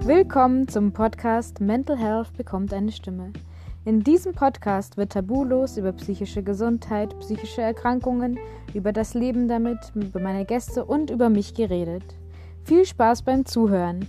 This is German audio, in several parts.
Willkommen zum Podcast Mental Health bekommt eine Stimme. In diesem Podcast wird tabulos über psychische Gesundheit, psychische Erkrankungen, über das Leben damit, über meine Gäste und über mich geredet. Viel Spaß beim Zuhören.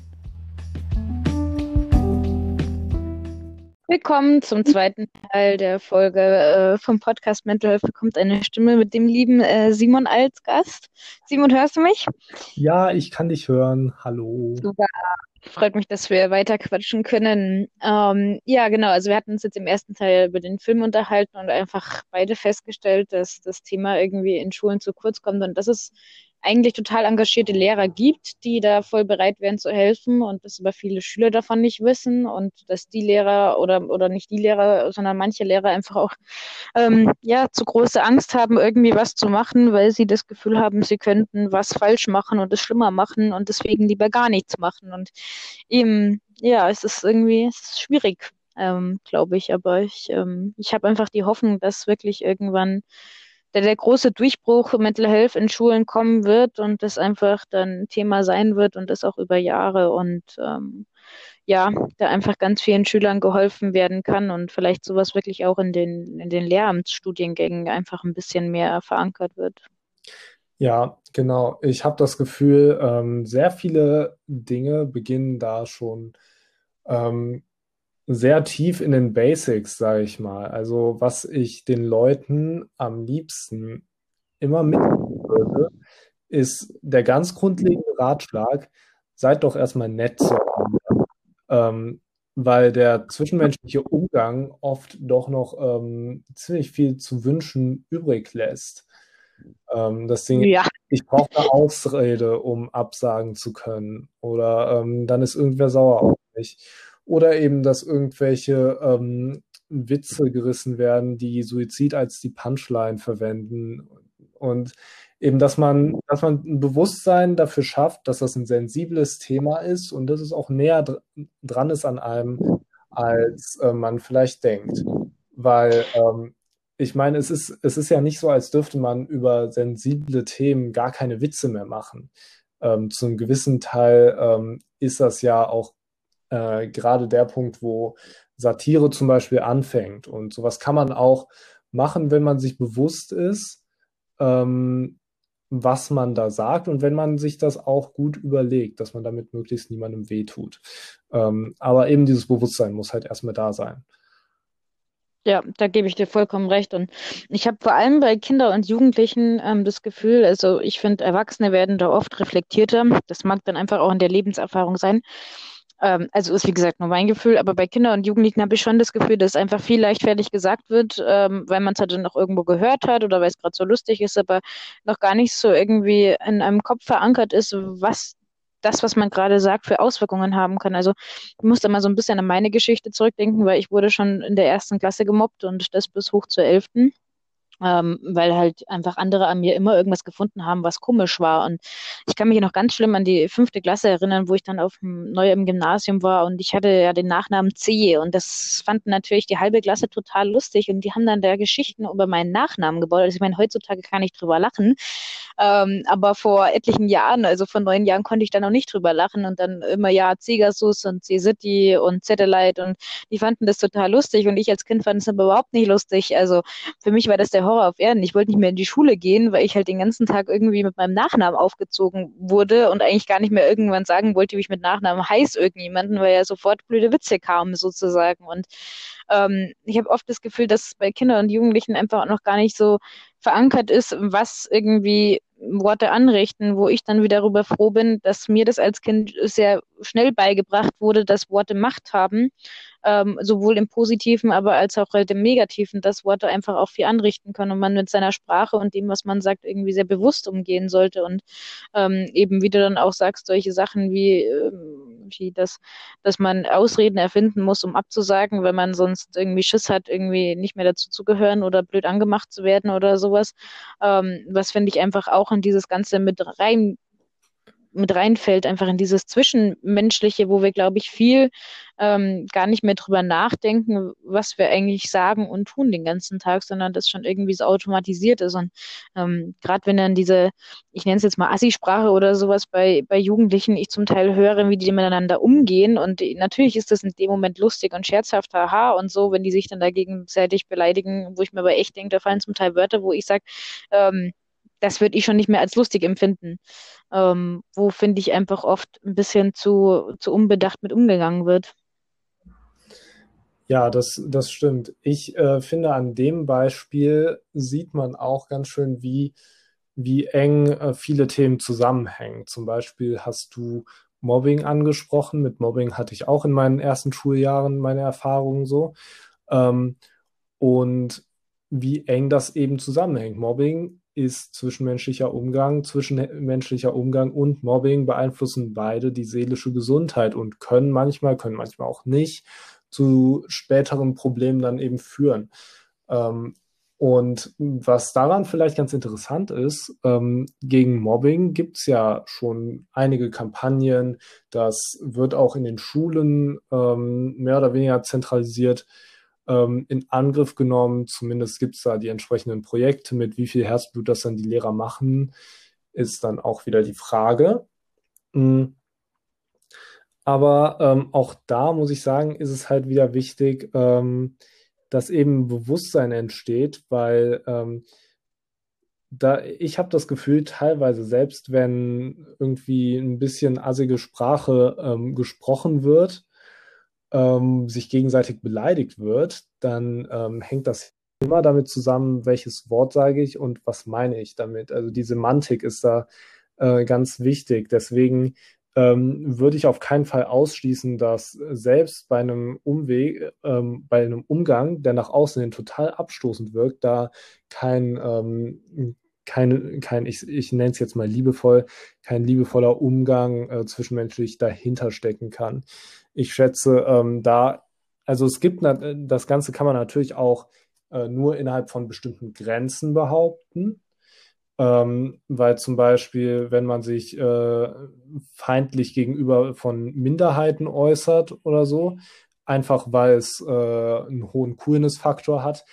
Willkommen zum zweiten Teil der Folge vom Podcast Mental Health bekommt eine Stimme mit dem lieben Simon als Gast. Simon, hörst du mich? Ja, ich kann dich hören. Hallo. Super. Freut mich, dass wir weiter quatschen können. Ja, genau. Also wir hatten uns jetzt im ersten Teil über den Film unterhalten und einfach beide festgestellt, dass das Thema irgendwie in Schulen zu kurz kommt und dass es eigentlich total engagierte Lehrer gibt, die da voll bereit wären zu helfen und dass aber viele Schüler davon nicht wissen und dass die Lehrer oder nicht die Lehrer, sondern manche Lehrer einfach auch zu große Angst haben, irgendwie was zu machen, weil sie das Gefühl haben, sie könnten was falsch machen und es schlimmer machen und deswegen lieber gar nichts machen. Und eben, ja, es ist schwierig, glaube ich, aber ich habe einfach die Hoffnung, dass wirklich irgendwann der große Durchbruch Mental Health in Schulen kommen wird und das einfach dann Thema sein wird und das auch über Jahre und ja, da einfach ganz vielen Schülern geholfen werden kann und vielleicht sowas wirklich auch in den Lehramtsstudiengängen einfach ein bisschen mehr verankert wird. Ja, genau. Ich habe das Gefühl, sehr viele Dinge beginnen da schon ähm, sehr tief in den Basics, sage ich mal. Also was ich den Leuten am liebsten immer mitgeben würde, ist der ganz grundlegende Ratschlag: Seid doch erstmal nett zueinander. Ähm, Weil der zwischenmenschliche Umgang oft doch noch ziemlich viel zu wünschen übrig lässt. Das Ding, Ja, ich brauche eine Ausrede, um absagen zu können. Oder dann ist irgendwer sauer auf mich. Oder eben, dass irgendwelche Witze gerissen werden, die Suizid als die Punchline verwenden. Und eben, dass man ein Bewusstsein dafür schafft, dass das ein sensibles Thema ist und dass es auch näher dran ist an einem, als man vielleicht denkt. Weil ich meine, es ist ja nicht so, als dürfte man über sensible Themen gar keine Witze mehr machen. Zu einem gewissen Teil ist das ja auch gerade der Punkt, wo Satire zum Beispiel anfängt. Und sowas kann man auch machen, wenn man sich bewusst ist, ähm, was man da sagt und wenn man sich das auch gut überlegt, dass man damit möglichst niemandem wehtut. Aber eben dieses Bewusstsein muss halt erstmal da sein. ja, da gebe ich dir vollkommen recht. Und ich habe vor allem bei Kindern und Jugendlichen das Gefühl, also ich finde, Erwachsene werden da oft reflektierter. Das mag dann einfach auch in der Lebenserfahrung sein. Also ist wie gesagt nur mein Gefühl, aber bei Kindern und Jugendlichen habe ich schon das Gefühl, dass einfach viel leichtfertig gesagt wird, weil man es halt dann noch irgendwo gehört hat oder weil es gerade so lustig ist, aber noch gar nicht so irgendwie in einem Kopf verankert ist, was man gerade sagt, für Auswirkungen haben kann. Also ich muss da mal so ein bisschen an meine Geschichte zurückdenken, weil ich wurde schon in der ersten Klasse gemobbt und das bis hoch zur 11., weil halt einfach andere an mir immer irgendwas gefunden haben, was komisch war. Und ich kann mich noch ganz schlimm an die 5. Klasse erinnern, wo ich dann neu im Gymnasium war und ich hatte ja den Nachnamen C und das fanden natürlich die halbe Klasse total lustig und die haben dann da Geschichten über meinen Nachnamen gebaut. Also ich meine, heutzutage kann ich drüber lachen, aber vor etlichen Jahren, also vor 9 Jahren, konnte ich da noch nicht drüber lachen und dann immer ja Cegasus und C-City und Satellite und die fanden das total lustig und ich als Kind fand es aber überhaupt nicht lustig. Also für mich war das der Horror auf Erden. Ich wollte nicht mehr in die Schule gehen, weil ich halt den ganzen Tag irgendwie mit meinem Nachnamen aufgezogen wurde und eigentlich gar nicht mehr irgendwann sagen wollte, wie ich mit Nachnamen heiße irgendjemanden, weil ja sofort blöde Witze kamen sozusagen. Und ich habe oft das Gefühl, dass bei Kindern und Jugendlichen einfach noch gar nicht so verankert ist, was irgendwie Worte anrichten, wo ich dann wieder darüber froh bin, dass mir das als Kind sehr schnell beigebracht wurde, dass Worte Macht haben, sowohl im Positiven, aber als auch halt im Negativen, dass Worte einfach auch viel anrichten können und man mit seiner Sprache und dem, was man sagt, irgendwie sehr bewusst umgehen sollte und eben, wie du dann auch sagst, solche Sachen wie dass man Ausreden erfinden muss, um abzusagen, wenn man sonst irgendwie Schiss hat, irgendwie nicht mehr dazu zu gehören oder blöd angemacht zu werden oder sowas. Was finde ich einfach auch in dieses Ganze mit mit reinfällt, einfach in dieses Zwischenmenschliche, wo wir, glaube ich, viel gar nicht mehr drüber nachdenken, was wir eigentlich sagen und tun den ganzen Tag, sondern das schon irgendwie so automatisiert ist. Und gerade wenn dann diese, ich nenne es jetzt mal Assi-Sprache oder sowas bei Jugendlichen, ich zum Teil höre, wie die miteinander umgehen. Und natürlich ist das in dem Moment lustig und scherzhaft, haha, und so, wenn die sich dann da gegenseitig beleidigen, wo ich mir aber echt denke, da fallen zum Teil Wörter, wo ich sage, ähm, das würde ich schon nicht mehr als lustig empfinden. Wo, finde ich, einfach oft ein bisschen zu unbedacht mit umgegangen wird. Ja, das stimmt. Ich finde, an dem Beispiel sieht man auch ganz schön, wie eng viele Themen zusammenhängen. Zum Beispiel hast du Mobbing angesprochen. Mit Mobbing hatte ich auch in meinen ersten Schuljahren meine Erfahrungen so. Ähm, und wie eng das eben zusammenhängt. Mobbing ist zwischenmenschlicher Umgang und Mobbing beeinflussen beide die seelische Gesundheit und können manchmal auch nicht, zu späteren Problemen dann eben führen. Ähm, und was daran vielleicht ganz interessant ist, gegen Mobbing gibt es ja schon einige Kampagnen. Das wird auch in den Schulen mehr oder weniger zentralisiert in Angriff genommen. Zumindest gibt es da die entsprechenden Projekte. Mit wie viel Herzblut das dann die Lehrer machen, ist dann auch wieder die Frage. Mm, Aber auch da muss ich sagen, ist es halt wieder wichtig, dass eben Bewusstsein entsteht, weil ich habe das Gefühl, teilweise, selbst wenn irgendwie ein bisschen assige Sprache gesprochen wird, sich gegenseitig beleidigt wird, dann hängt das immer damit zusammen, welches Wort sage ich und was meine ich damit. Also die Semantik ist da ganz wichtig. Deswegen würde ich auf keinen Fall ausschließen, dass selbst bei einem Umgang, der nach außen hin total abstoßend wirkt, da kein, ich nenne es jetzt mal liebevoll, kein liebevoller Umgang zwischenmenschlich dahinter stecken kann. Ich schätze, also das Ganze kann man natürlich auch nur innerhalb von bestimmten Grenzen behaupten. Weil zum Beispiel, wenn man sich feindlich gegenüber von Minderheiten äußert oder so, einfach weil es einen hohen Coolness-Faktor hat,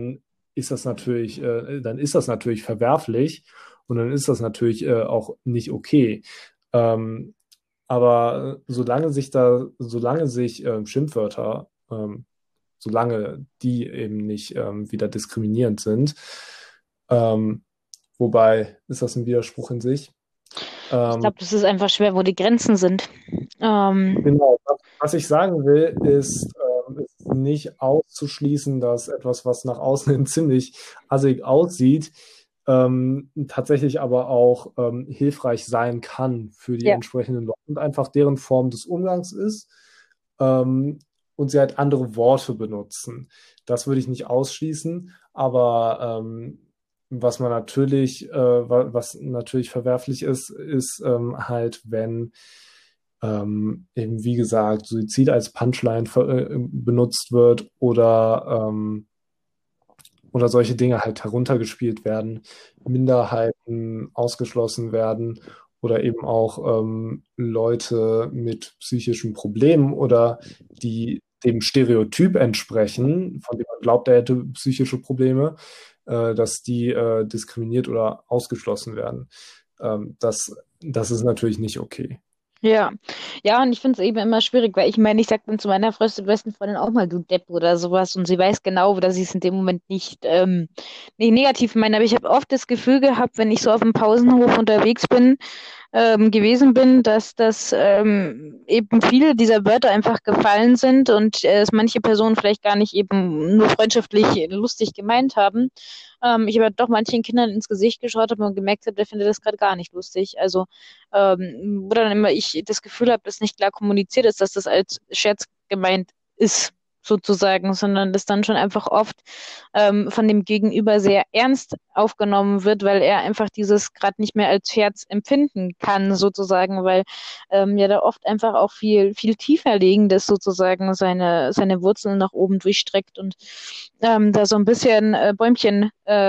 dann ist das natürlich verwerflich und dann ist das natürlich auch nicht okay. Ähm, aber solange sich Schimpfwörter, solange die eben nicht wieder diskriminierend sind, ähm, wobei, ist das ein Widerspruch in sich? Ich Ähm, glaube, das ist einfach schwer, wo die Grenzen sind. Ähm, genau. Was ich sagen will, ist nicht auszuschließen, dass etwas, was nach außen hin ziemlich assig aussieht, tatsächlich aber auch hilfreich sein kann für die ja. entsprechenden Leute und einfach deren Form des Umgangs ist, ähm, und sie halt andere Worte benutzen. Das würde ich nicht ausschließen, aber was natürlich verwerflich ist, ist halt, wenn eben wie gesagt Suizid als Punchline benutzt wird oder solche Dinge halt heruntergespielt werden, Minderheiten ausgeschlossen werden oder eben auch Leute mit psychischen Problemen oder die dem Stereotyp entsprechen, von dem man glaubt, er hätte psychische Probleme, dass die diskriminiert oder ausgeschlossen werden. Das ist natürlich nicht okay. Ja, ja, und ich finde es eben immer schwierig, weil ich meine, ich sage dann zu meiner besten Freundin auch mal, du Depp oder sowas, und sie weiß genau, dass ich es in dem Moment nicht negativ meine, aber ich habe oft das Gefühl gehabt, wenn ich so auf dem Pausenhof unterwegs bin, gewesen bin, dass das eben viele dieser Wörter einfach gefallen sind und es manche Personen vielleicht gar nicht eben nur freundschaftlich lustig gemeint haben. Ich aber doch manchen Kindern ins Gesicht geschaut habe und gemerkt habe, der findet das gerade gar nicht lustig. Also wo dann immer ich das Gefühl habe, dass nicht klar kommuniziert ist, dass das als Scherz gemeint ist, sozusagen, sondern das dann schon einfach oft von dem Gegenüber sehr ernst aufgenommen wird, weil er einfach dieses gerade nicht mehr als Scherz empfinden kann, sozusagen, weil ja da oft einfach auch viel tiefer liegendes sozusagen seine Wurzeln nach oben durchstreckt und da so ein bisschen Bäumchen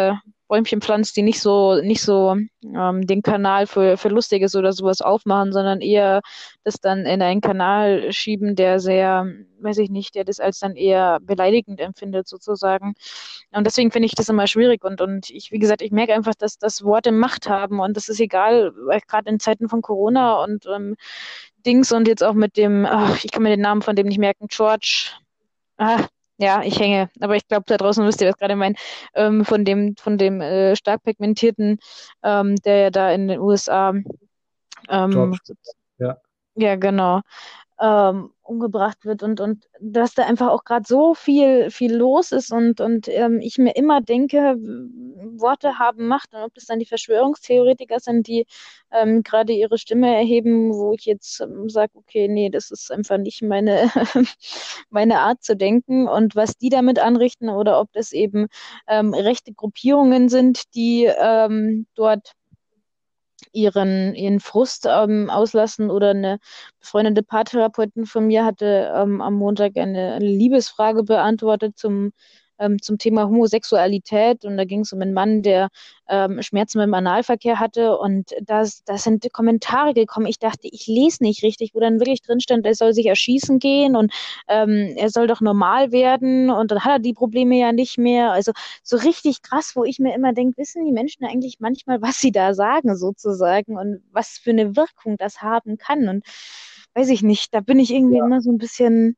Bäumchen pflanzt, die nicht so den Kanal für Lustiges oder sowas aufmachen, sondern eher das dann in einen Kanal schieben, der sehr, weiß ich nicht, der das als dann eher beleidigend empfindet sozusagen. Und deswegen finde ich das immer schwierig und ich, wie gesagt, ich merke einfach, dass Worte Macht haben und das ist egal, weil gerade in Zeiten von Corona und Dings und jetzt auch mit dem, ich kann mir den Namen von dem nicht merken, George. Ah, ja, ich hänge. Aber ich glaube, da draußen wisst ihr, was gerade mein, von dem stark pigmentierten, der ja da in den USA, ähm, George. Ja, ja, genau, umgebracht wird und dass da einfach auch gerade so viel los ist und ich mir immer denke, Worte haben Macht und ob das dann die Verschwörungstheoretiker sind, die gerade ihre Stimme erheben, wo ich jetzt sage, okay, nee, das ist einfach nicht meine, meine Art zu denken und was die damit anrichten oder ob das eben rechte Gruppierungen sind, die dort ihren Frust auslassen oder eine befreundete Paartherapeutin von mir hatte am Montag eine Liebesfrage beantwortet zum Thema Homosexualität und da ging es um einen Mann, der Schmerzen beim Analverkehr hatte und da sind Kommentare gekommen. Ich dachte, ich lese nicht richtig, wo dann wirklich drin stand, er soll sich erschießen gehen und er soll doch normal werden und dann hat er die Probleme ja nicht mehr. Also so richtig krass, wo ich mir immer denke, wissen die Menschen eigentlich manchmal, was sie da sagen sozusagen und was für eine Wirkung das haben kann. Und weiß ich nicht, da bin ich irgendwie immer so ein bisschen,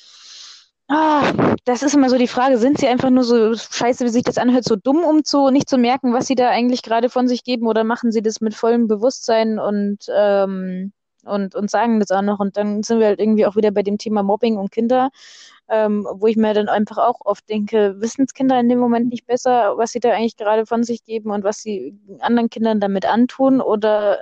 das ist immer so die Frage, sind sie einfach nur so scheiße, wie sich das anhört, so dumm, um nicht zu merken, was sie da eigentlich gerade von sich geben oder machen sie das mit vollem Bewusstsein und sagen das auch noch. Und dann sind wir halt irgendwie auch wieder bei dem Thema Mobbing und Kinder, wo ich mir dann einfach auch oft denke, wissen Kinder in dem Moment nicht besser, was sie da eigentlich gerade von sich geben und was sie anderen Kindern damit antun oder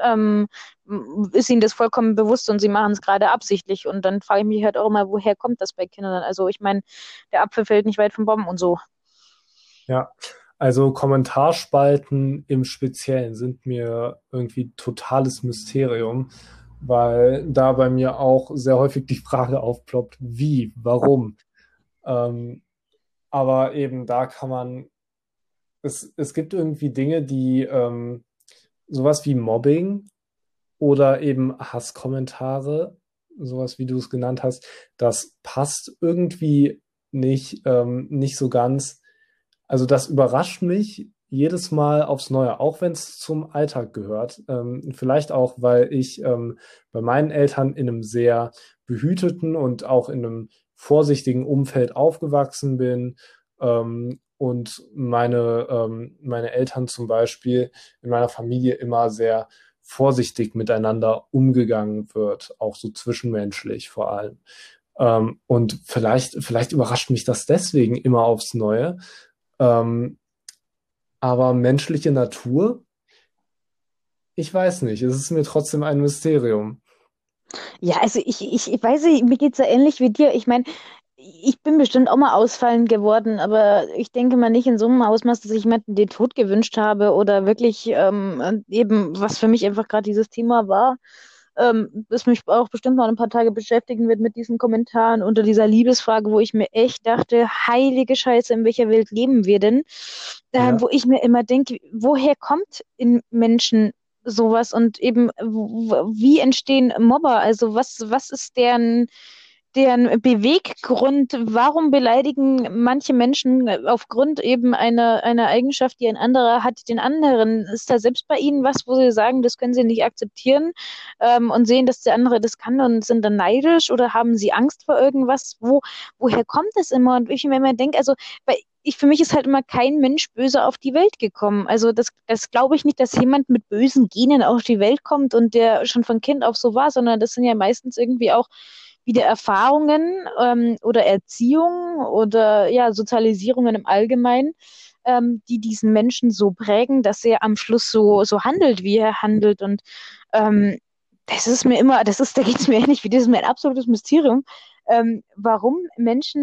ist ihnen das vollkommen bewusst und sie machen es gerade absichtlich und dann frage ich mich halt auch immer, woher kommt das bei Kindern? Also ich meine, der Apfel fällt nicht weit vom Baum und so. ja. Also Kommentarspalten im Speziellen sind mir irgendwie totales Mysterium, weil da bei mir auch sehr häufig die Frage aufploppt, wie, warum? Ähm, aber eben da kann man, es gibt irgendwie Dinge, die sowas wie Mobbing oder eben Hasskommentare, sowas wie du es genannt hast, das passt irgendwie nicht so ganz. Also das überrascht mich jedes Mal aufs Neue, auch wenn es zum Alltag gehört. Vielleicht auch, weil ich bei meinen Eltern in einem sehr behüteten und auch in einem vorsichtigen Umfeld aufgewachsen bin. Und meine Eltern zum Beispiel in meiner Familie immer sehr vorsichtig miteinander umgegangen wird, auch so zwischenmenschlich vor allem. Und vielleicht überrascht mich das deswegen immer aufs Neue. Ähm, aber menschliche Natur, ich weiß nicht, es ist mir trotzdem ein Mysterium. Ja, also ich weiß nicht, mir geht's ja ähnlich wie dir. Ich meine, ich bin bestimmt auch mal ausfallend geworden, aber ich denke mal nicht in so einem Ausmaß, dass ich jemanden den Tod gewünscht habe oder wirklich eben, was für mich einfach gerade dieses Thema war, das mich auch bestimmt noch ein paar Tage beschäftigen wird mit diesen Kommentaren unter dieser Liebesfrage, wo ich mir echt dachte, heilige Scheiße, in welcher Welt leben wir denn? Ja, Wo ich mir immer denke, woher kommt in Menschen sowas und eben, wie entstehen Mobber? Also was ist deren Beweggrund? Warum beleidigen manche Menschen aufgrund eben einer Eigenschaft, die ein anderer hat, den anderen? Ist da selbst bei ihnen was, wo sie sagen, das können sie nicht akzeptieren, und sehen, dass der andere das kann und sind dann neidisch oder haben sie Angst vor irgendwas? Woher kommt das immer? Und ich mir immer denke, also für mich ist halt immer kein Mensch böse auf die Welt gekommen. Also das glaube ich nicht, dass jemand mit bösen Genen auf die Welt kommt und der schon von Kind auf so war, sondern das sind ja meistens irgendwie auch wieder Erfahrungen oder Erziehung oder ja, Sozialisierungen im Allgemeinen, die diesen Menschen so prägen, dass er am Schluss so handelt, wie er handelt. Und ähm, das ist mir immer, da geht es mir ähnlich wie das ist mir ein absolutes Mysterium, warum Menschen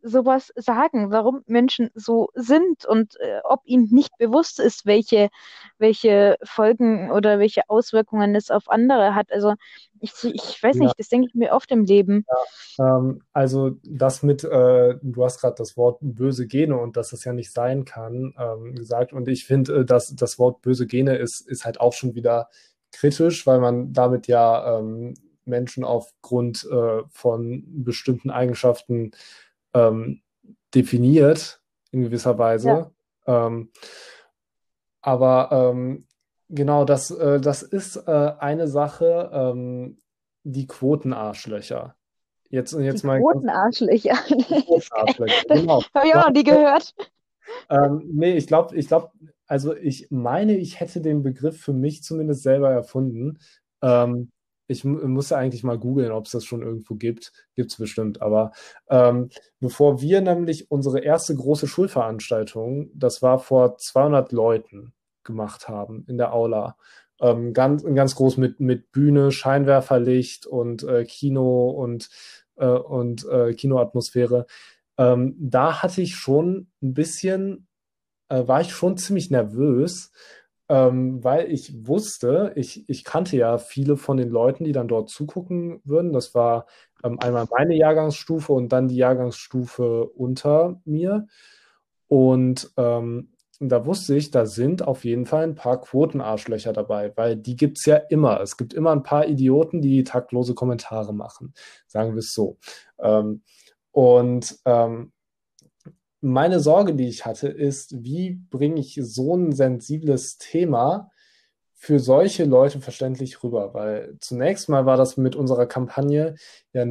sowas sagen, warum Menschen so sind und ob ihnen nicht bewusst ist, welche Folgen oder welche Auswirkungen es auf andere hat. Also ich weiß Ja, nicht, das denke ich mir oft im Leben. also das mit, du hast gerade das Wort böse Gene und dass es ja nicht sein kann, gesagt. Und ich finde, dass das Wort böse Gene ist halt auch schon wieder kritisch, weil man damit ja Menschen aufgrund von bestimmten Eigenschaften ähm, definiert, in gewisser Ja. Weise. Ähm, aber genau, das ist eine Sache, die Quotenarschlöcher. Die Jetzt mal ganz Quotenarschlöcher. Das ist geil. Quotenarschlöcher, Das genau. habe ich Du auch hast, noch nie gehört. nee, also ich meine, ich hätte den Begriff für mich zumindest selber erfunden. Ähm, muss ja eigentlich mal googeln, ob es das schon irgendwo gibt. Gibt es bestimmt. Aber bevor wir nämlich unsere erste große Schulveranstaltung, das war vor 200 Leuten, gemacht haben in der Aula. Ganz groß mit Bühne, Scheinwerferlicht und Kino und Kinoatmosphäre. Da hatte ich schon ein bisschen, war ich schon ziemlich nervös, weil ich wusste, ich kannte ja viele von den Leuten, die dann dort zugucken würden. Das war einmal meine Jahrgangsstufe und dann die Jahrgangsstufe unter mir. Und da wusste ich, da sind auf jeden Fall ein paar Quotenarschlöcher dabei, weil die gibt es ja immer. Es gibt immer ein paar Idioten, die taktlose Kommentare machen, sagen wir es so. Ähm, und meine Sorge, die ich hatte, ist, wie bringe ich so ein sensibles Thema für solche Leute verständlich rüber? Weil zunächst mal war das mit unserer Kampagne ja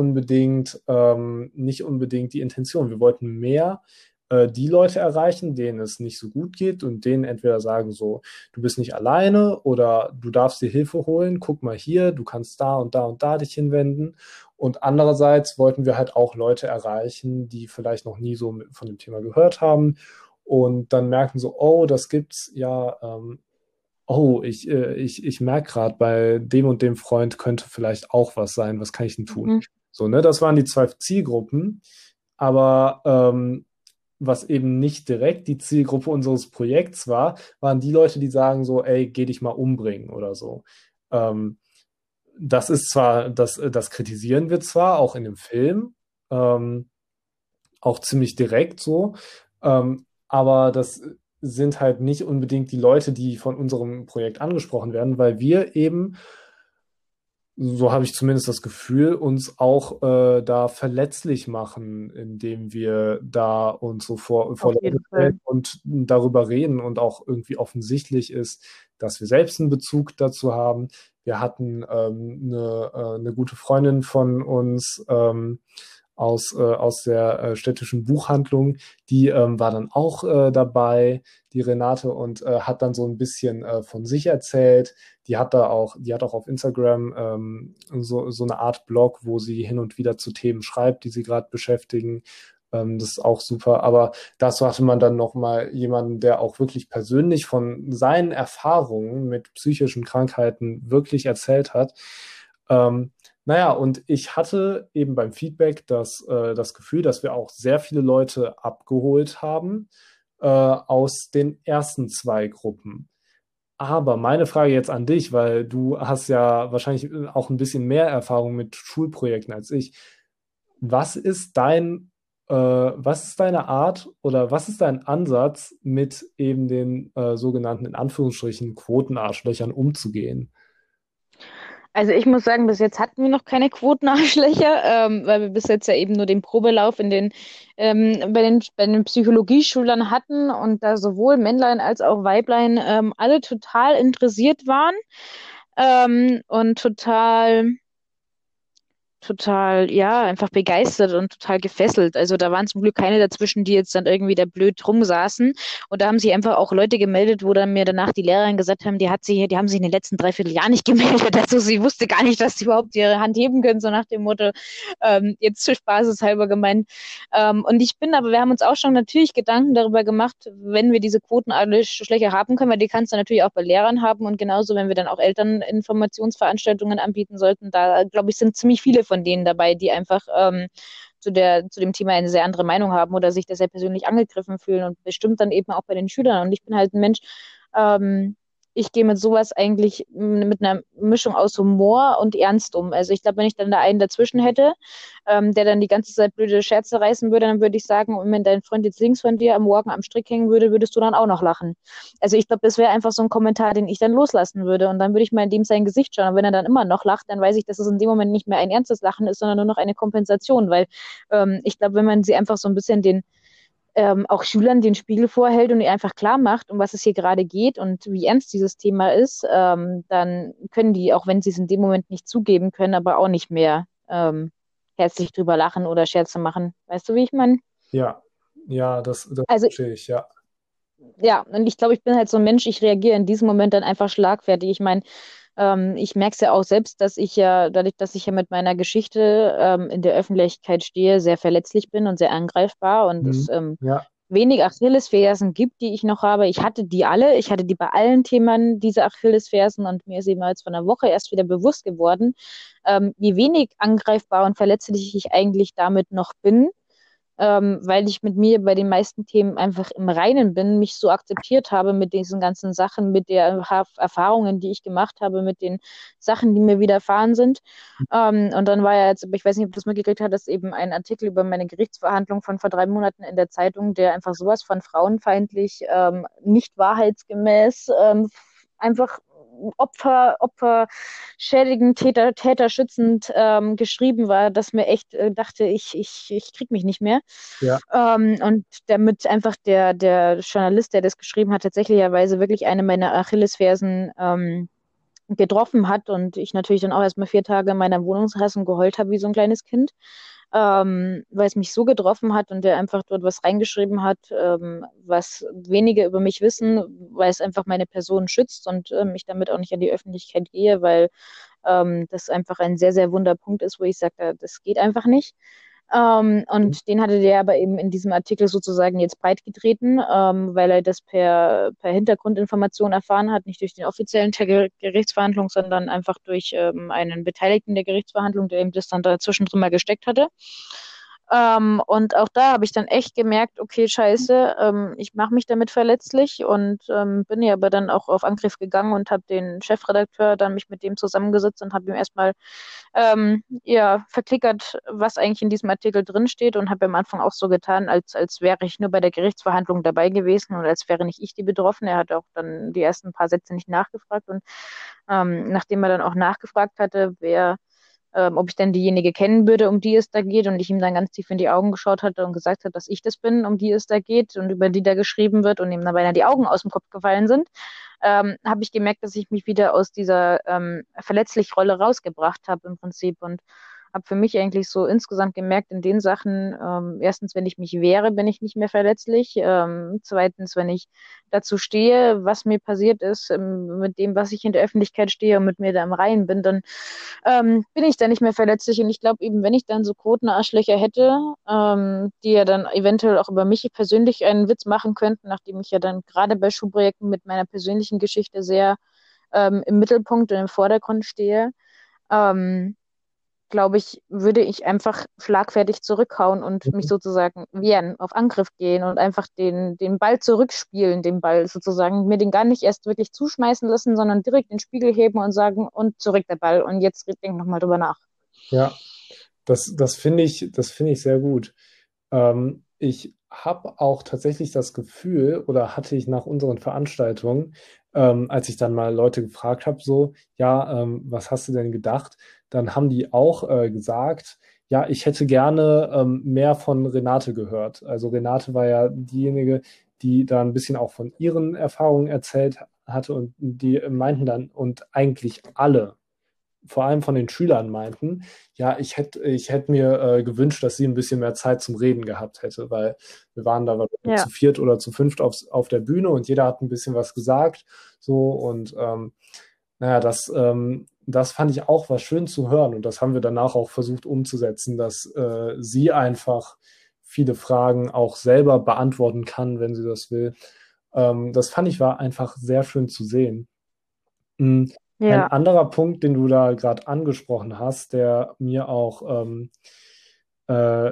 nicht unbedingt die Intention. Wir wollten mehr die Leute erreichen, denen es nicht so gut geht und denen entweder sagen so, du bist nicht alleine oder du darfst dir Hilfe holen, guck mal hier, du kannst da und da und da dich hinwenden. Und andererseits wollten wir halt auch Leute erreichen, die vielleicht noch nie so von dem Thema gehört haben und dann merken so, oh, das gibt's ja, oh, ich merke gerade, bei dem und dem Freund könnte vielleicht auch was sein, was kann ich denn tun? Mhm. So, ne, das waren die zwei Zielgruppen, aber was eben nicht direkt die Zielgruppe unseres Projekts war, waren die Leute, die sagen so, ey, geh dich mal umbringen oder so. Ähm, das ist zwar, das kritisieren wir zwar auch in dem Film, ähm, auch ziemlich direkt so, aber das sind halt nicht unbedingt die Leute, die von unserem Projekt angesprochen werden, weil wir eben, so habe ich zumindest das Gefühl, uns auch da verletzlich machen, indem wir da uns so vor Auf Leute jeden stellen Fall. und darüber reden und auch irgendwie offensichtlich ist, dass wir selbst einen Bezug dazu haben. Wir hatten eine gute Freundin von uns aus der städtischen Buchhandlung, die war dann auch dabei, die Renate, und hat dann so ein bisschen von sich erzählt. Die hat auch auf Instagram so eine Art Blog, wo sie hin und wieder zu Themen schreibt, die sie gerade beschäftigen. Das ist auch super. Aber dazu hatte man dann noch mal jemanden, der auch wirklich persönlich von seinen Erfahrungen mit psychischen Krankheiten wirklich erzählt hat. Naja, und ich hatte eben beim Feedback das Gefühl, dass wir auch sehr viele Leute abgeholt haben aus den ersten zwei Gruppen. Aber meine Frage jetzt an dich, weil du hast ja wahrscheinlich auch ein bisschen mehr Erfahrung mit Schulprojekten als ich. Was ist deine Art oder was ist dein Ansatz, mit eben den sogenannten, in Anführungsstrichen, Quotenarschlöchern umzugehen? Also ich muss sagen, bis jetzt hatten wir noch keine Quotenarschlöcher, weil wir bis jetzt ja eben nur den Probelauf bei den Psychologieschulern hatten und da sowohl Männlein als auch Weiblein alle total interessiert waren und total, ja, einfach begeistert und total gefesselt. Also da waren zum Glück keine dazwischen, die jetzt dann irgendwie da blöd rumsaßen. Und da haben sich einfach auch Leute gemeldet, wo dann mir danach die Lehrerin gesagt haben, die haben sich in den letzten dreiviertel Jahren nicht gemeldet. Also sie wusste gar nicht, dass sie überhaupt ihre Hand heben können, so nach dem Motto, jetzt zu spaßeshalber gemeint. Und wir haben uns auch schon natürlich Gedanken darüber gemacht, wenn wir diese Quoten alle schlechter haben können, weil die kannst du natürlich auch bei Lehrern haben und genauso, wenn wir dann auch Elterninformationsveranstaltungen anbieten sollten, da glaube ich, sind ziemlich viele von denen dabei, die einfach zu dem Thema eine sehr andere Meinung haben oder sich da sehr persönlich angegriffen fühlen und bestimmt dann eben auch bei den Schülern. Und ich bin halt ein Mensch, ähm, ich gehe mit sowas eigentlich mit einer Mischung aus Humor und Ernst um. Also ich glaube, wenn ich dann da einen dazwischen hätte, der dann die ganze Zeit blöde Scherze reißen würde, dann würde ich sagen, und wenn dein Freund jetzt links von dir am Morgen am Strick hängen würde, würdest du dann auch noch lachen. Also ich glaube, das wäre einfach so ein Kommentar, den ich dann loslassen würde. Und dann würde ich mal in dem sein Gesicht schauen. Und wenn er dann immer noch lacht, dann weiß ich, dass es in dem Moment nicht mehr ein ernstes Lachen ist, sondern nur noch eine Kompensation. Weil ich glaube, wenn man sie einfach so ein bisschen den auch Schülern den Spiegel vorhält und ihnen einfach klar macht, um was es hier gerade geht und wie ernst dieses Thema ist, dann können die, auch wenn sie es in dem Moment nicht zugeben können, aber auch nicht mehr herzlich drüber lachen oder Scherze machen. Weißt du, wie ich meine? Ja, ja, das Also verstehe ich, ja. ja, und ich glaube, ich bin halt so ein Mensch, ich reagiere in diesem Moment dann einfach schlagfertig. Ich meine, ich merke es ja auch selbst, dass ich ja, dadurch, dass ich ja mit meiner Geschichte in der Öffentlichkeit stehe, sehr verletzlich bin und sehr angreifbar und es Mhm. Ja, wenig Achillesfersen gibt, die ich noch habe. Ich hatte die alle, ich hatte die bei allen Themen, diese Achillesfersen und mir ist eben jetzt von einer Woche erst wieder bewusst geworden, wie wenig angreifbar und verletzlich ich eigentlich damit noch bin, weil ich mit mir bei den meisten Themen einfach im Reinen bin, mich so akzeptiert habe mit diesen ganzen Sachen, mit den Erfahrungen, die ich gemacht habe, mit den Sachen, die mir widerfahren sind. Und dann war ja jetzt, ich weiß nicht, ob du es mitgekriegt hattest, eben ein Artikel über meine Gerichtsverhandlung von vor 3 Monaten in der Zeitung, der einfach sowas von frauenfeindlich, nicht wahrheitsgemäß, einfach Opfer schädigend, Täter schützend geschrieben war, dass mir echt dachte, ich krieg mich nicht mehr. ja. Und damit einfach der Journalist, der das geschrieben hat, tatsächlicherweise wirklich eine meiner Achillesfersen getroffen hat und ich natürlich dann auch erstmal 4 Tage in meiner Wohnung saß und geheult habe wie so ein kleines Kind, weil es mich so getroffen hat und der einfach dort was reingeschrieben hat, was wenige über mich wissen, weil es einfach meine Person schützt und ich damit auch nicht an die Öffentlichkeit gehe, weil das einfach ein sehr, sehr wunder Punkt ist, wo ich sage, das geht einfach nicht. Und den hatte der aber eben in diesem Artikel sozusagen jetzt breitgetreten, weil er das per Hintergrundinformation erfahren hat, nicht durch den offiziellen Gerichtsverhandlung, sondern einfach durch einen Beteiligten der Gerichtsverhandlung, der ihm das dann dazwischen drin mal gesteckt hatte. Und auch da habe ich dann echt gemerkt, okay, scheiße, ich mache mich damit verletzlich und bin ja aber dann auch auf Angriff gegangen und habe den Chefredakteur dann mich mit dem zusammengesetzt und habe ihm erstmal ja, verklickert, was eigentlich in diesem Artikel drinsteht und habe am Anfang auch so getan, als wäre ich nur bei der Gerichtsverhandlung dabei gewesen und als wäre nicht ich die Betroffene. Er hat auch dann die ersten paar Sätze nicht nachgefragt und nachdem er dann auch nachgefragt hatte, ob ich denn diejenige kennen würde, um die es da geht und ich ihm dann ganz tief in die Augen geschaut hatte und gesagt hat, dass ich das bin, um die es da geht und über die da geschrieben wird und ihm dann beinahe die Augen aus dem Kopf gefallen sind, habe ich gemerkt, dass ich mich wieder aus dieser verletzlich Rolle rausgebracht habe im Prinzip und habe für mich eigentlich so insgesamt gemerkt in den Sachen, erstens, wenn ich mich wehre, bin ich nicht mehr verletzlich. Zweitens, wenn ich dazu stehe, was mir passiert ist, mit dem, was ich in der Öffentlichkeit stehe und mit mir da im Reinen bin, dann bin ich da nicht mehr verletzlich. Und ich glaube eben, wenn ich dann so Quotenarschlöcher hätte, die ja dann eventuell auch über mich persönlich einen Witz machen könnten, nachdem ich ja dann gerade bei Schulprojekten mit meiner persönlichen Geschichte sehr im Mittelpunkt und im Vordergrund stehe, ähm, glaube ich, würde ich einfach schlagfertig zurückhauen und mich sozusagen wehren, auf Angriff gehen und einfach den Ball zurückspielen, den Ball sozusagen, mir den gar nicht erst wirklich zuschmeißen lassen, sondern direkt den Spiegel heben und sagen, und zurück der Ball. Und jetzt denk nochmal drüber nach. Ja, das finde ich sehr gut. Ich habe auch tatsächlich das Gefühl, oder hatte ich nach unseren Veranstaltungen, als ich dann mal Leute gefragt habe, so, ja, was hast du denn gedacht? Dann haben die auch gesagt, ja, ich hätte gerne mehr von Renate gehört. Also Renate war ja diejenige, die da ein bisschen auch von ihren Erfahrungen erzählt hatte und die meinten dann, und eigentlich alle vor allem von den Schülern meinten, ja, ich hätte mir gewünscht, dass sie ein bisschen mehr Zeit zum Reden gehabt hätte, weil wir waren da Ja, zu viert oder zu fünft auf der Bühne und jeder hat ein bisschen was gesagt. So und naja, das fand ich auch was schön zu hören und das haben wir danach auch versucht umzusetzen, dass sie einfach viele Fragen auch selber beantworten kann, wenn sie das will. Das fand ich war einfach sehr schön zu sehen. Mm, Ein ja, anderer Punkt, den du da gerade angesprochen hast, der mir auch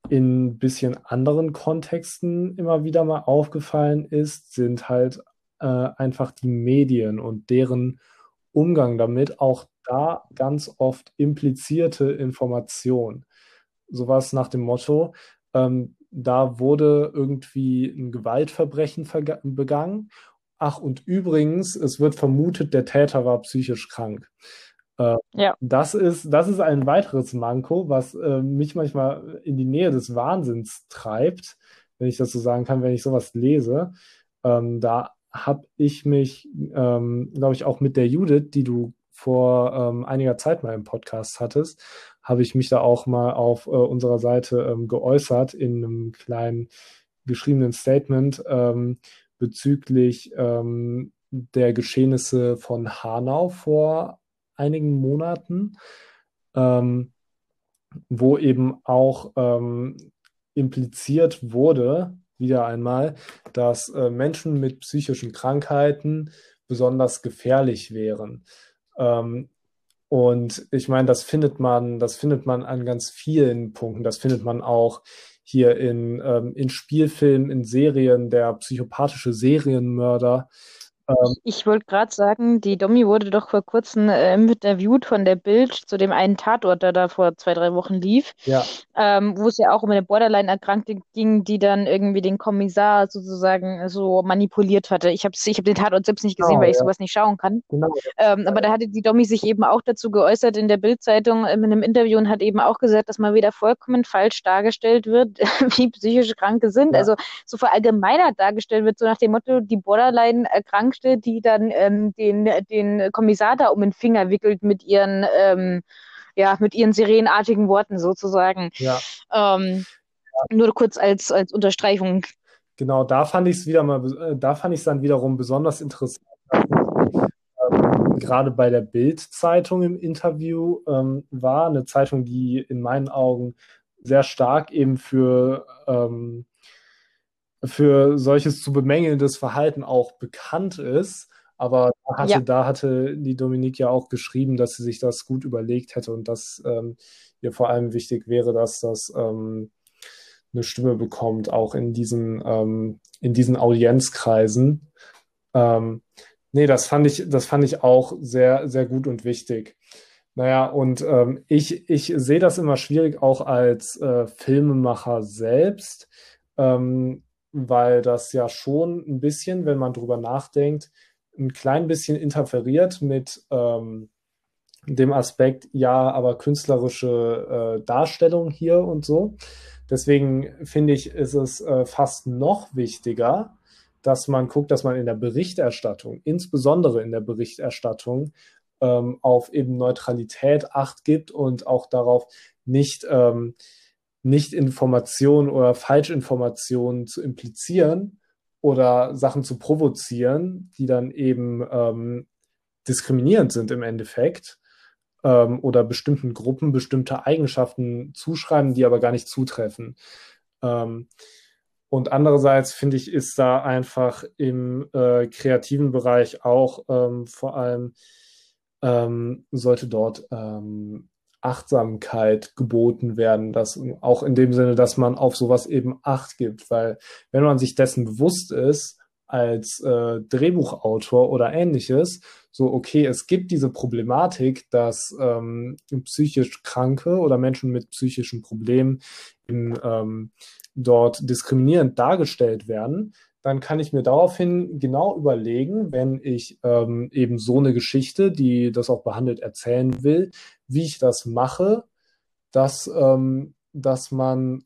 in ein bisschen anderen Kontexten immer wieder mal aufgefallen ist, sind halt einfach die Medien und deren Umgang damit, auch da ganz oft implizierte Information. Sowas nach dem Motto, da wurde irgendwie ein Gewaltverbrechen begangen. Ach, und übrigens, es wird vermutet, der Täter war psychisch krank. Äh, Ja. das ist ein weiteres Manko, was mich manchmal in die Nähe des Wahnsinns treibt, wenn ich das so sagen kann, wenn ich sowas lese. Da habe ich mich, glaube ich, auch mit der Judith, die du vor einiger Zeit mal im Podcast hattest, habe ich mich da auch mal auf unserer Seite geäußert in einem kleinen geschriebenen Statement bezüglich der Geschehnisse von Hanau vor einigen Monaten, ähm, wo eben auch impliziert wurde, wieder einmal, dass Menschen mit psychischen Krankheiten besonders gefährlich wären. Ähm, und ich meine, das findet man an ganz vielen Punkten. Das findet man auch hier in Spielfilmen, in Serien, der psychopathische Serienmörder. Ähm, Ich wollte gerade sagen, die Domi wurde doch vor kurzem interviewt von der Bild zu dem einen Tatort, der da vor 2, 3 Wochen lief, ja, wo es ja auch um eine Borderline-Erkrankte ging, die dann irgendwie den Kommissar sozusagen so manipuliert hatte. Ich hab den Tatort selbst nicht gesehen, genau, weil ich ja, sowas nicht schauen kann. genau. Aber da hatte die Domi sich eben auch dazu geäußert in der Bild-Zeitung in einem Interview und hat eben auch gesagt, dass mal wieder vollkommen falsch dargestellt wird, wie psychische Kranke sind. Ja, Also so verallgemeinert dargestellt wird, so nach dem Motto, die Borderline-Erkrankte, die dann den Kommissar da um den Finger wickelt mit ihren sirenartigen Worten sozusagen. ja. Ähm, Nur kurz als Unterstreichung. Genau, da fand ich es dann wiederum besonders interessant, gerade bei der Bild-Zeitung im Interview war, eine Zeitung, die in meinen Augen sehr stark eben für solches zu bemängelndes Verhalten auch bekannt ist. Aber Ja, da hatte die Dominique ja auch geschrieben, dass sie sich das gut überlegt hätte und dass ihr vor allem wichtig wäre, dass das eine Stimme bekommt, auch in diesen Audienzkreisen. Ähm, Nee, das fand ich auch sehr, sehr gut und wichtig. Naja, und ich sehe das immer schwierig, auch als Filmemacher selbst, ähm, weil das ja schon ein bisschen, wenn man drüber nachdenkt, ein klein bisschen interferiert mit dem Aspekt, ja, aber künstlerische Darstellung hier und so. Deswegen finde ich, ist es fast noch wichtiger, dass man guckt, dass man in der Berichterstattung, insbesondere in der Berichterstattung, auf eben Neutralität Acht gibt und auch darauf nicht Informationen oder Falschinformationen zu implizieren oder Sachen zu provozieren, die dann eben diskriminierend sind im Endeffekt oder bestimmten Gruppen bestimmte Eigenschaften zuschreiben, die aber gar nicht zutreffen. Ähm, und andererseits finde ich, ist da einfach im kreativen Bereich auch vor allem sollte dort Achtsamkeit geboten werden, dass auch in dem Sinne, dass man auf sowas eben Acht gibt, weil wenn man sich dessen bewusst ist, als Drehbuchautor oder ähnliches, so, okay, es gibt diese Problematik, dass psychisch Kranke oder Menschen mit psychischen Problemen dort diskriminierend dargestellt werden, dann kann ich mir daraufhin genau überlegen, wenn ich eben so eine Geschichte, die das auch behandelt, erzählen will, wie ich das mache, dass man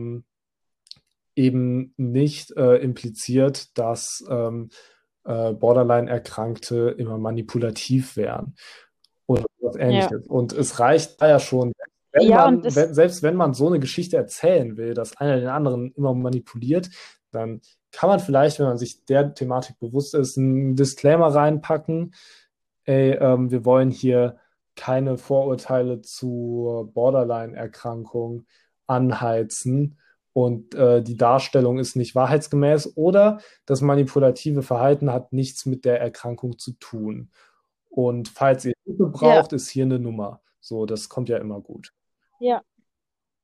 eben nicht impliziert, dass Borderline-Erkrankte immer manipulativ wären oder was ja. Ähnliches. Und es reicht da ja schon, Ja, und es, selbst wenn man so eine Geschichte erzählen will, dass einer den anderen immer manipuliert, dann kann man vielleicht, wenn man sich der Thematik bewusst ist, einen Disclaimer reinpacken. Ey, wir wollen hier keine Vorurteile zur Borderline-Erkrankung anheizen und die Darstellung ist nicht wahrheitsgemäß oder das manipulative Verhalten hat nichts mit der Erkrankung zu tun. Und falls ihr Hilfe ja, braucht, ist hier eine Nummer. So, das kommt ja immer gut. ja.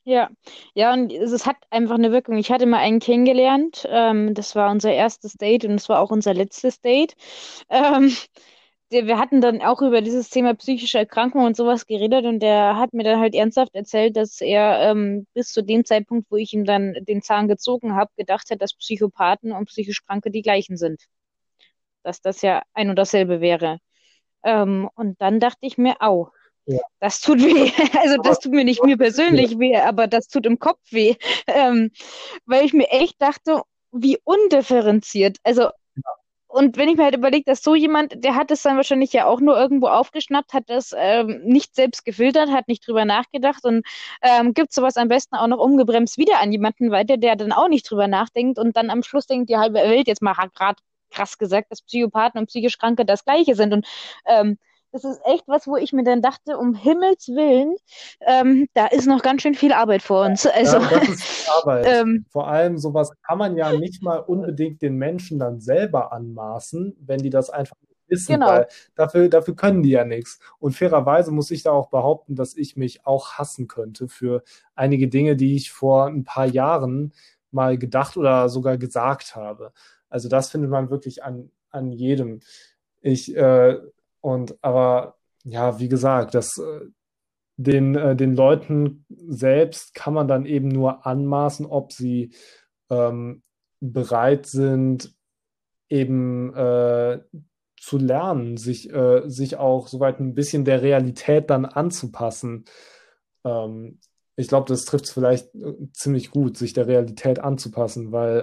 Ja, ja, und es hat einfach eine Wirkung. Ich hatte mal einen kennengelernt, das war unser erstes Date und es war auch unser letztes Date. Ähm, wir hatten dann auch über dieses Thema psychische Erkrankungen und sowas geredet und der hat mir dann halt ernsthaft erzählt, dass er bis zu dem Zeitpunkt, wo ich ihm dann den Zahn gezogen habe, gedacht hat, dass Psychopathen und psychisch Kranke die gleichen sind. Dass das ja ein und dasselbe wäre. Und dann dachte ich mir, au. Ja. Das tut weh. Also Aber das tut mir nicht mir ja, persönlich weh, aber das tut im Kopf weh. Ähm, weil ich mir echt dachte, wie undifferenziert. Also, und wenn ich mir halt überlege, dass so jemand, der hat es dann wahrscheinlich ja auch nur irgendwo aufgeschnappt, hat das nicht selbst gefiltert, hat nicht drüber nachgedacht und gibt sowas am besten auch noch ungebremst wieder an jemanden weiter, der dann auch nicht drüber nachdenkt und dann am Schluss denkt die halbe Welt, jetzt mal gerade krass gesagt, dass Psychopathen und psychisch Kranke das Gleiche sind. Und ähm, das ist echt was, wo ich mir dann dachte, um Himmels Willen, da ist noch ganz schön viel Arbeit vor uns. Also, das ist viel Arbeit. ähm, Vor allem sowas kann man ja nicht mal unbedingt den Menschen dann selber anmaßen, wenn die das einfach nicht wissen, genau. weil dafür können die ja nichts. Und fairerweise muss ich da auch behaupten, dass ich mich auch hassen könnte für einige Dinge, die ich vor ein paar Jahren mal gedacht oder sogar gesagt habe. Also das findet man wirklich an jedem. Ich, aber ja, wie gesagt, den Leuten selbst kann man dann eben nur anmaßen, ob sie ähm, bereit sind, eben zu lernen, sich auch soweit ein bisschen der Realität dann anzupassen. Ähm, Ich glaube, das trifft es vielleicht ziemlich gut, sich der Realität anzupassen, weil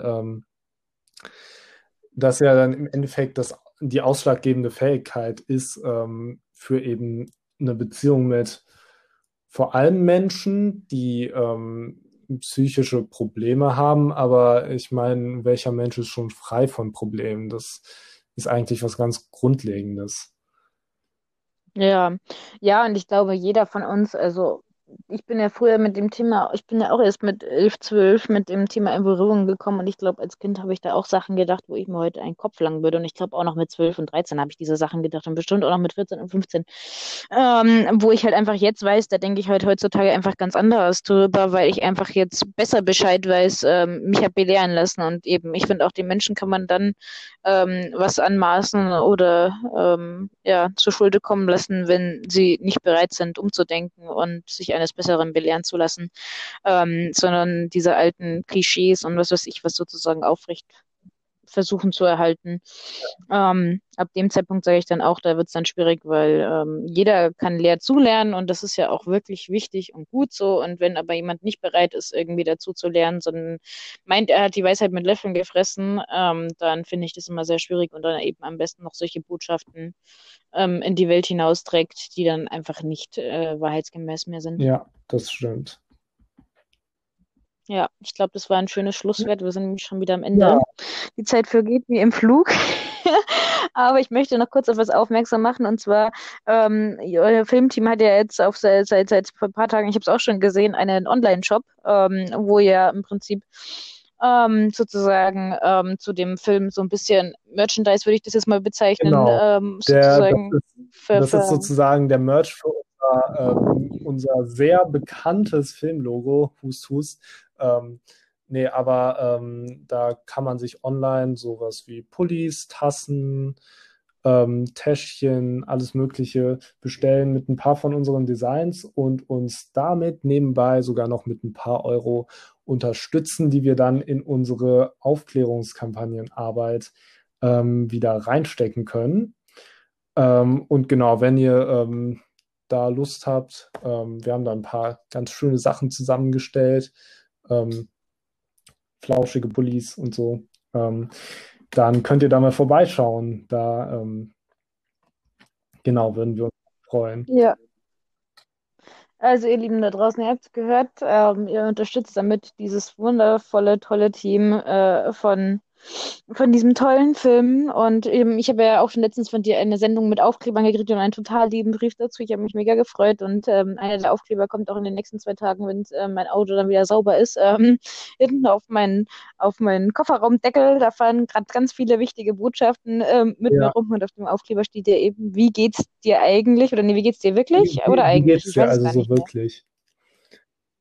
das ja dann im Endeffekt die ausschlaggebende Fähigkeit ist für eben eine Beziehung mit vor allem Menschen, die psychische Probleme haben, aber ich meine, welcher Mensch ist schon frei von Problemen? Das ist eigentlich was ganz Grundlegendes. Ja, ja, und ich glaube, jeder von uns, also ich bin ja früher mit dem Thema, ich bin ja auch erst mit 11, 12 mit dem Thema in Berührung gekommen und ich glaube, als Kind habe ich da auch Sachen gedacht, wo ich mir heute einen Kopf lang würde und ich glaube auch noch mit 12 und 13 habe ich diese Sachen gedacht und bestimmt auch noch mit 14 und 15, wo ich halt einfach jetzt weiß, da denke ich halt heutzutage einfach ganz anders drüber, weil ich einfach jetzt besser Bescheid weiß, mich habe belehren lassen und eben, ich finde auch, den Menschen kann man dann was anmaßen oder ja, zur Schulde kommen lassen, wenn sie nicht bereit sind, umzudenken und sich eines Besseren belehren zu lassen, sondern diese alten Klischees und was weiß ich, was sozusagen aufrecht versuchen zu erhalten. Ab dem Zeitpunkt sage ich dann auch, da wird es dann schwierig, weil jeder kann leer zulernen und das ist ja auch wirklich wichtig und gut so. Und wenn aber jemand nicht bereit ist, irgendwie dazu zu lernen, sondern meint, er hat die Weisheit mit Löffeln gefressen, dann finde ich das immer sehr schwierig und dann eben am besten noch solche Botschaften in die Welt hinausträgt, die dann einfach nicht wahrheitsgemäß mehr sind. Ja, das stimmt. Ja, ich glaube, das war ein schönes Schlusswort. Wir sind nämlich schon wieder am Ja, Ende. Die Zeit vergeht wie im Flug. Aber ich möchte noch kurz auf was aufmerksam machen. Und zwar, euer Filmteam hat ja jetzt seit vor ein paar Tagen, ich habe es auch schon gesehen, einen Online-Shop, wo ihr im Prinzip sozusagen zu dem Film so ein bisschen Merchandise, würde ich das jetzt mal bezeichnen, genau. Der, das sozusagen ist, das ist sozusagen der Merch für unser sehr bekanntes Filmlogo, Hust Hust. Ähm, Nee, aber da kann man sich online sowas wie Pullis, Tassen, Täschchen, alles Mögliche bestellen mit ein paar von unseren Designs und uns damit nebenbei sogar noch mit ein paar Euro unterstützen, die wir dann in unsere Aufklärungskampagnenarbeit wieder reinstecken können. Und genau, wenn ihr da Lust habt, wir haben da ein paar ganz schöne Sachen zusammengestellt. Ähm, Flauschige Pullis und so. Dann könnt ihr da mal vorbeischauen. Da, genau, würden wir uns freuen. ja. Also ihr Lieben da draußen, ihr habt es gehört, ihr unterstützt damit dieses wundervolle, tolle Team von diesem tollen Film. Und eben, ich habe ja auch schon letztens von dir eine Sendung mit Aufklebern gekriegt und einen total lieben Brief dazu. Ich habe mich mega gefreut und einer der Aufkleber kommt auch in den nächsten 2 Tagen, wenn mein Auto dann wieder sauber ist, hinten auf meinen Kofferraumdeckel. Da fahren gerade ganz viele wichtige Botschaften mit mir Ja, rum und auf dem Aufkleber steht ja eben, wie geht's dir eigentlich? Oder nee, wie geht's dir wirklich? Oder wie eigentlich? geht's Ich dir weiß es also gar so nicht mehr. wirklich?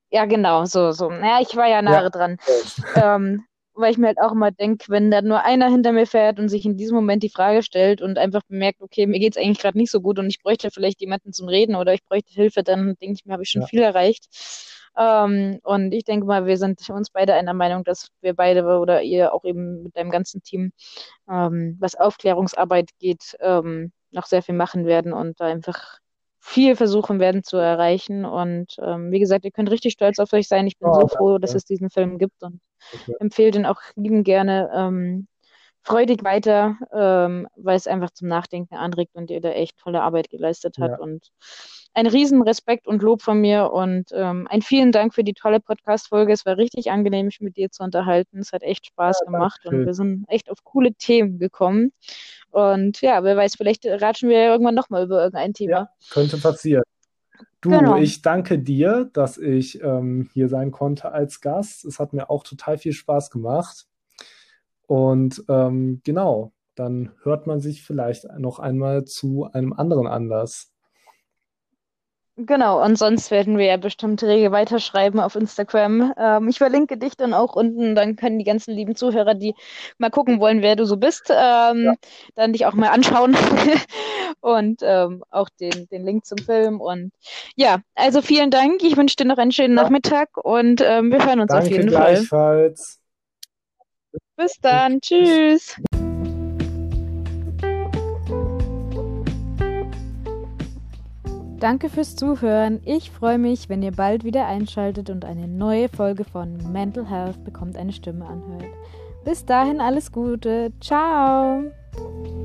Ja, genau, so. Naja, ich war ja Ja, nahe dran. Weil ich mir halt auch immer denke, wenn da nur einer hinter mir fährt und sich in diesem Moment die Frage stellt und einfach bemerkt, okay, mir geht's eigentlich gerade nicht so gut und ich bräuchte vielleicht jemanden zum Reden oder ich bräuchte Hilfe, dann denke ich mir, habe ich schon ja, viel erreicht. Und ich denke mal, wir sind uns beide einer Meinung, dass wir beide oder ihr auch eben mit deinem ganzen Team, was Aufklärungsarbeit geht, noch sehr viel machen werden und da einfach viel versuchen werden zu erreichen. Und wie gesagt, ihr könnt richtig stolz auf euch sein. Ich bin oh, so froh, dass danke. es diesen Film gibt und Okay. empfehle den auch lieben gerne freudig weiter, weil es einfach zum Nachdenken anregt und ihr da echt tolle Arbeit geleistet hat. Ja, Und ein riesen Respekt und Lob von mir und ein vielen Dank für die tolle Podcast-Folge. Es war richtig angenehm, mich mit dir zu unterhalten. Es hat echt Spaß gemacht und schön. wir sind echt auf coole Themen gekommen. Und ja, wer weiß, vielleicht ratschen wir ja irgendwann nochmal über irgendein Ja, Thema. könnte passieren. Du, Genau. ich danke dir, dass ich hier sein konnte als Gast. Es hat mir auch total viel Spaß gemacht. Und genau, dann hört man sich vielleicht noch einmal zu einem anderen Anlass. Genau, und sonst werden wir ja bestimmt rege weiterschreiben auf Instagram. Ich verlinke dich dann auch unten, dann können die ganzen lieben Zuhörer, die mal gucken wollen, wer du so bist, Ja, dann dich auch mal anschauen und auch den Link zum Film. Und ja, also vielen Dank. Ich wünsche dir noch einen schönen ja, Nachmittag und wir hören uns auf danke jeden Fall. gleichfalls. Bis dann. Tschüss. Tschüss. Danke fürs Zuhören. Ich freue mich, wenn ihr bald wieder einschaltet und eine neue Folge von Mental Health bekommt eine Stimme anhört. Bis dahin alles Gute. Ciao.